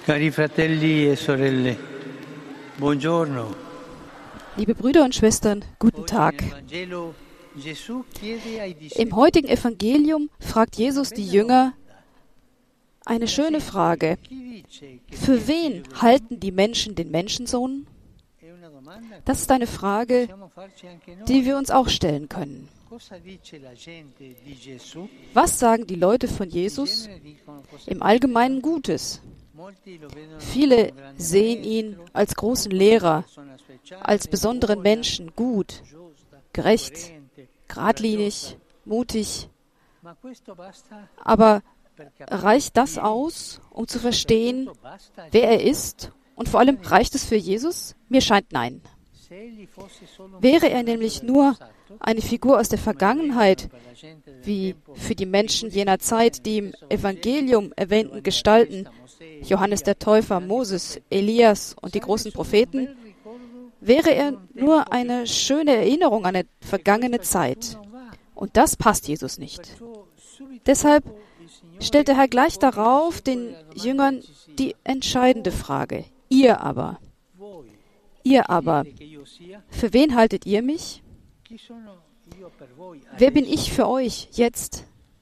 Cari fratelli e sorelle, buongiorno. Liebe Brüder und Schwestern, guten Tag. Im heutigen Evangelium fragt Jesus die Jünger eine schöne Frage. Für wen halten die Menschen den Menschensohn? Das ist eine Frage, die wir uns auch stellen können. Was sagen die Leute von Jesus? Im Allgemeinen Gutes. Viele sehen ihn als großen Lehrer, als besonderen Menschen, gut, gerecht, geradlinig, mutig. Aber reicht das aus, um zu verstehen, wer er ist? Und vor allem, reicht es für Jesus? Mir scheint nein. Wäre er nämlich nur eine Figur aus der Vergangenheit, wie für die Menschen jener Zeit, die im Evangelium erwähnten Gestalten, Johannes der Täufer, Moses, Elias und die großen Propheten, wäre er nur eine schöne Erinnerung an eine vergangene Zeit. Und das passt Jesus nicht. Deshalb stellt der Herr gleich darauf den Jüngern die entscheidende Frage. Ihr aber, für wen haltet ihr mich? Wer bin ich für euch jetzt?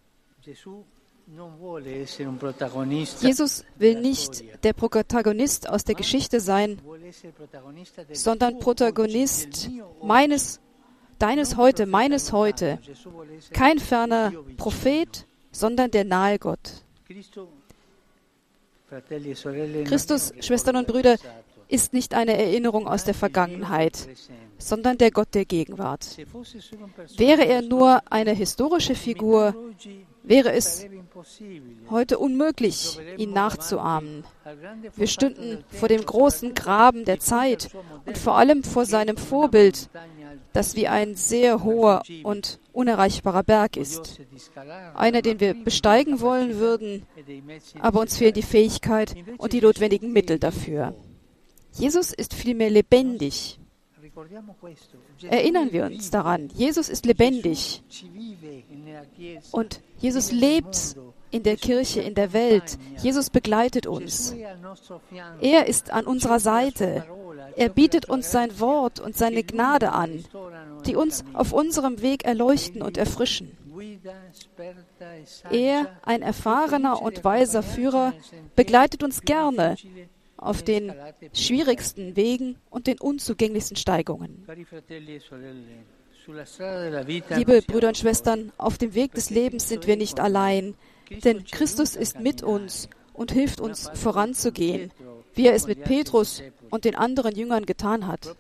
Jesus will nicht der Protagonist aus der Geschichte sein, sondern Protagonist deines Heute, meines Heute. Kein ferner Prophet, sondern der nahe Gott. Christus, Schwestern und Brüder, ist nicht eine Erinnerung aus der Vergangenheit, sondern der Gott der Gegenwart. Wäre er nur eine historische Figur, wäre es heute unmöglich, ihn nachzuahmen. Wir stünden vor dem großen Graben der Zeit und vor allem vor seinem Vorbild, das wie ein sehr hoher und unerreichbarer Berg ist. Einer, den wir besteigen wollen würden, aber uns fehlen die Fähigkeit und die notwendigen Mittel dafür. Jesus ist vielmehr lebendig. Erinnern wir uns daran, Jesus ist lebendig. Und Jesus lebt in der Kirche, in der Welt. Jesus begleitet uns. Er ist an unserer Seite. Er bietet uns sein Wort und seine Gnade an, die uns auf unserem Weg erleuchten und erfrischen. Er, ein erfahrener und weiser Führer, begleitet uns gerne auf den schwierigsten Wegen und den unzugänglichsten Steigungen. Liebe Brüder und Schwestern, auf dem Weg des Lebens sind wir nicht allein, denn Christus ist mit uns und hilft uns voranzugehen, wie er es mit Petrus und den anderen Jüngern getan hat.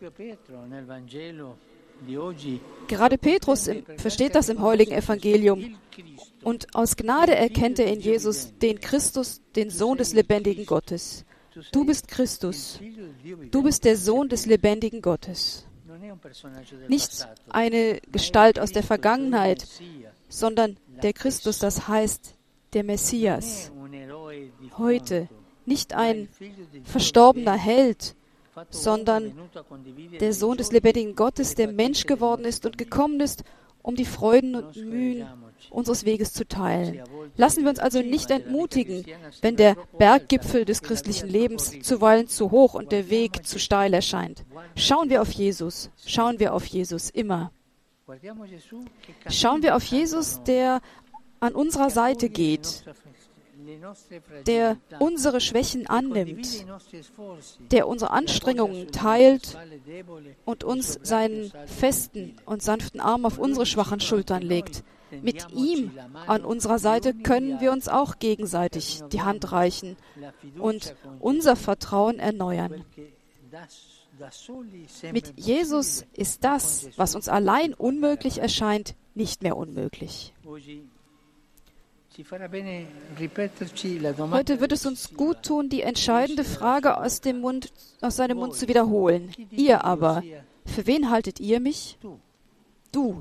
Gerade Petrus versteht das im heutigen Evangelium. Und aus Gnade erkennt er in Jesus den Christus, den Sohn des lebendigen Gottes. Du bist Christus. Du bist der Sohn des lebendigen Gottes. Nicht eine Gestalt aus der Vergangenheit, sondern der Christus, das heißt der Messias. Heute nicht ein verstorbener Held, sondern der Sohn des lebendigen Gottes, der Mensch geworden ist und gekommen ist, um die Freuden und Mühen unseres Weges zu teilen. Lassen wir uns also nicht entmutigen, wenn der Berggipfel des christlichen Lebens zuweilen zu hoch und der Weg zu steil erscheint. Schauen wir auf Jesus immer. Schauen wir auf Jesus, der an unserer Seite geht, der unsere Schwächen annimmt, der unsere Anstrengungen teilt und uns seinen festen und sanften Arm auf unsere schwachen Schultern legt. Mit ihm an unserer Seite können wir uns auch gegenseitig die Hand reichen und unser Vertrauen erneuern. Mit Jesus ist das, was uns allein unmöglich erscheint, nicht mehr unmöglich. Heute wird es uns gut tun, die entscheidende Frage aus seinem Mund zu wiederholen. Ihr aber, für wen haltet ihr mich? Du.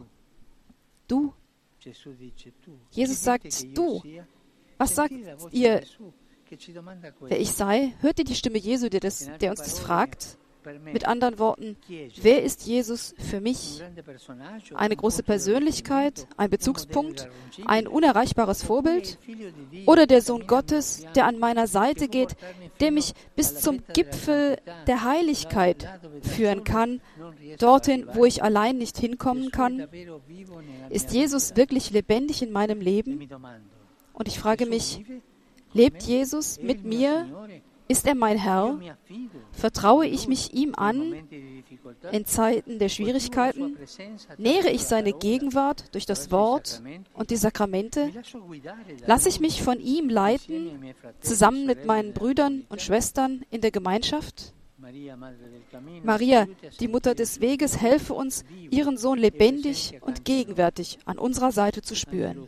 Jesus sagt, du. Was sagt ihr, wer ich sei? Hört ihr die Stimme Jesu, der uns das fragt? Mit anderen Worten, wer ist Jesus für mich? Eine große Persönlichkeit, ein Bezugspunkt, ein unerreichbares Vorbild? Oder der Sohn Gottes, der an meiner Seite geht, der mich bis zum Gipfel der Heiligkeit führen kann, dorthin, wo ich allein nicht hinkommen kann? Ist Jesus wirklich lebendig in meinem Leben? Und ich frage mich, lebt Jesus mit mir? Ist er mein Herr? Vertraue ich mich ihm an in Zeiten der Schwierigkeiten? Nähere ich seine Gegenwart durch das Wort und die Sakramente? Lasse ich mich von ihm leiten, zusammen mit meinen Brüdern und Schwestern in der Gemeinschaft? Maria, die Mutter des Weges, helfe uns, ihren Sohn lebendig und gegenwärtig an unserer Seite zu spüren.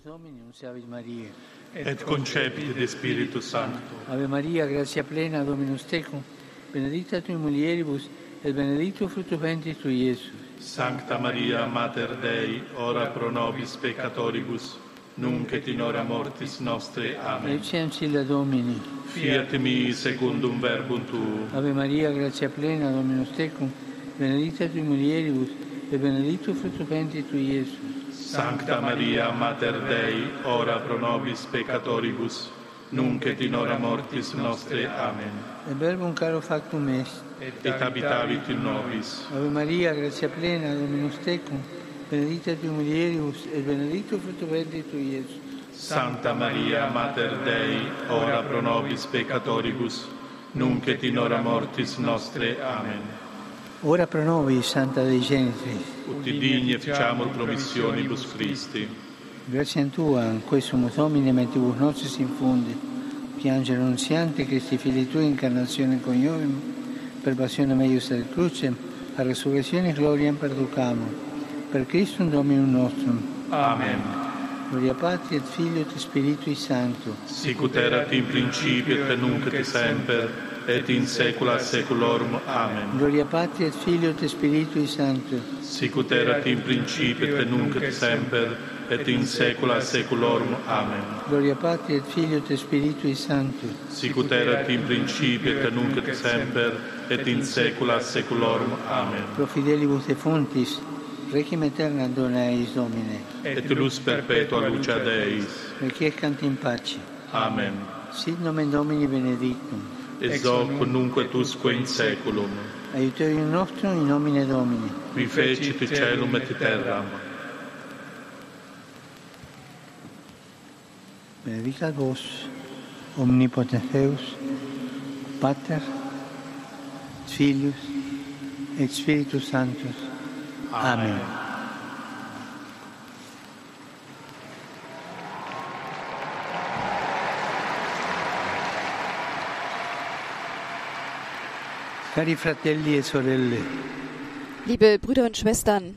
Et concepit de Spiritus Sancto. Ave Maria, gratia plena, Dominus tecum, benedicta tui mulieribus, et benedictus fructus ventris tui, Iesus. Sancta Maria, Mater Dei, ora pro nobis peccatoribus, nunc et in hora mortis nostre. Amen. Ecce ancilla Domini. Fiat mi secundum verbum tuum. Ave Maria, gratia plena, Dominus tecum, benedicta tui mulieribus, et benedictus fructus ventris tui, Iesus. Sancta Maria, Mater Dei, ora pro nobis peccatoribus, nunc et in hora mortis nostre. Amen. Et verbum caro factum est. Et habitavit in nobis. Ave Maria, gratia plena, Dominus tecum, benedicta tui mulieribus, et benedictus fructus ventris tui, Iesus. Santa Maria, Mater Dei, ora pro nobis peccatoribus, nunc et in hora mortis nostre. Amen. Ora pro nobis, Santa Dei Genitris. Ut digni efficiamur promissionibus Christi. Grazie Tua, in questo Domine mentibus nostris infunde, che angelo annunziante, Christi Fili Tui, incarnazione coniovim, per passione meius et crucem, a resurrezione gloria perducamur. Per Christum Dominum nostrum. Amen. Gloria Patri et Filio et Spiritui Sancto. Sicut erat in principio et nunc et semper, et in saecula saeculorum. Amen. Gloria Patri et Filio et Spiritui Sancto. Sicut erat in principio et nunc et semper, et in saecula saeculorum. Amen. Gloria Patri et Filio et Spiritui Sancto. Sicut erat in principio et nunc et semper, et in saecula saeculorum. Amen. Pro fidelibus defuntis, requiem aeternam dona eis Domine. Et lux perpetua lucia Deis. Requiescant in pace. Amen. Sit nomen Domini benedictum. Ex hoc nunc et usque in saeculum. Aiuterium nostrum in nomine Domini. Qui fecit caelum et terram. Benedicat vos, omnipotens Deus, Pater, Filius et Spiritus Sanctus. Amen. Cari fratelli e sorelle, Liebe Brüder und Schwestern,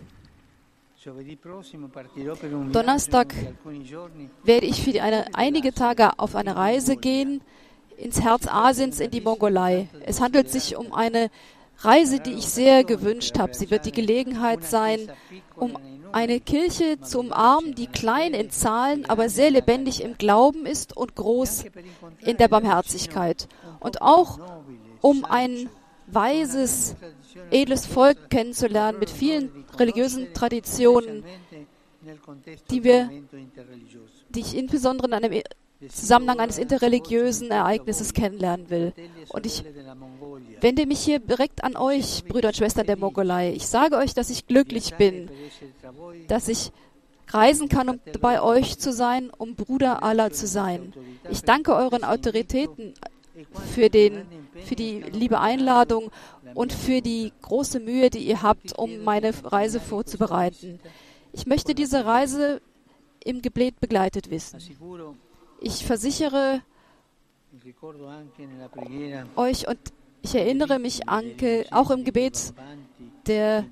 Donnerstag werde ich für einige Tage auf eine Reise gehen ins Herz Asiens, in die Mongolei. Es handelt sich um eine Reise, die ich sehr gewünscht habe. Sie wird die Gelegenheit sein, um eine Kirche zu umarmen, die klein in Zahlen, aber sehr lebendig im Glauben ist und groß in der Barmherzigkeit. Und auch um ein weises, edles Volk kennenzulernen mit vielen religiösen Traditionen, die ich insbesondere in einem Zusammenhang eines interreligiösen Ereignisses kennenlernen will. Und ich wende mich hier direkt an euch, Brüder und Schwestern der Mongolei. Ich sage euch, dass ich glücklich bin, dass ich reisen kann, um bei euch zu sein, um Bruder aller zu sein. Ich danke euren Autoritäten für die liebe Einladung und für die große Mühe, die ihr habt, um meine Reise vorzubereiten. Ich möchte diese Reise im Gebet begleitet wissen. Ich versichere euch und ich erinnere mich, Anke, auch im Gebet der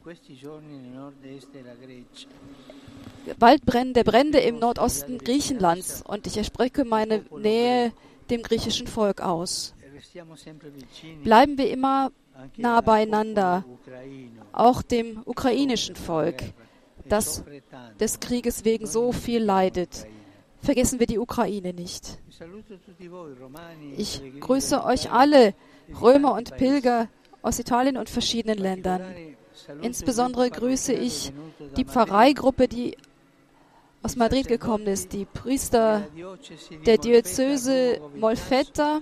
Waldbrände, der Brände im Nordosten Griechenlands, und ich spreche meine Nähe dem griechischen Volk aus. Bleiben wir immer nah beieinander, auch dem ukrainischen Volk, das des Krieges wegen so viel leidet. Vergessen wir die Ukraine nicht. Ich grüße euch alle, Römer und Pilger aus Italien und verschiedenen Ländern. Insbesondere grüße ich die Pfarreigruppe, die aus Madrid gekommen ist, die Priester der Diözese Molfetta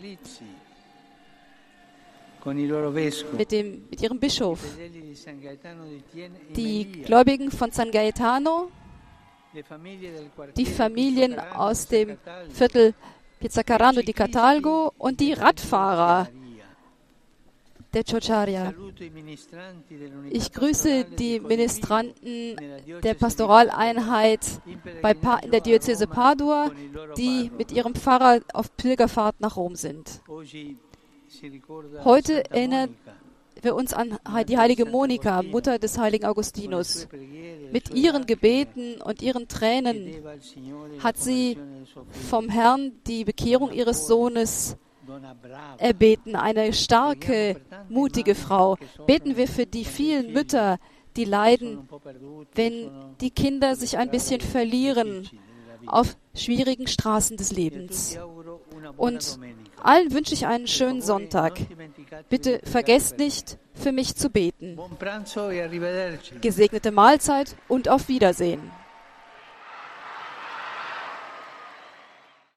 mit ihrem Bischof, die Gläubigen von San Gaetano, die Familien aus dem Viertel Pizzacarrano di Catalgo und die Radfahrer der Ciociaria. Ich grüße die Ministranten der Pastoraleinheit in der Diözese Padua, die mit ihrem Pfarrer auf Pilgerfahrt nach Rom sind. Heute erinnern wir uns an die heilige Monika, Mutter des heiligen Augustinus. Mit ihren Gebeten und ihren Tränen hat sie vom Herrn die Bekehrung ihres Sohnes erbeten. Eine starke, mutige Frau. Beten wir für die vielen Mütter, die leiden, wenn die Kinder sich ein bisschen verlieren auf schwierigen Straßen des Lebens. Und allen wünsche ich einen schönen Sonntag. Bitte vergesst nicht, für mich zu beten. Gesegnete Mahlzeit und auf Wiedersehen.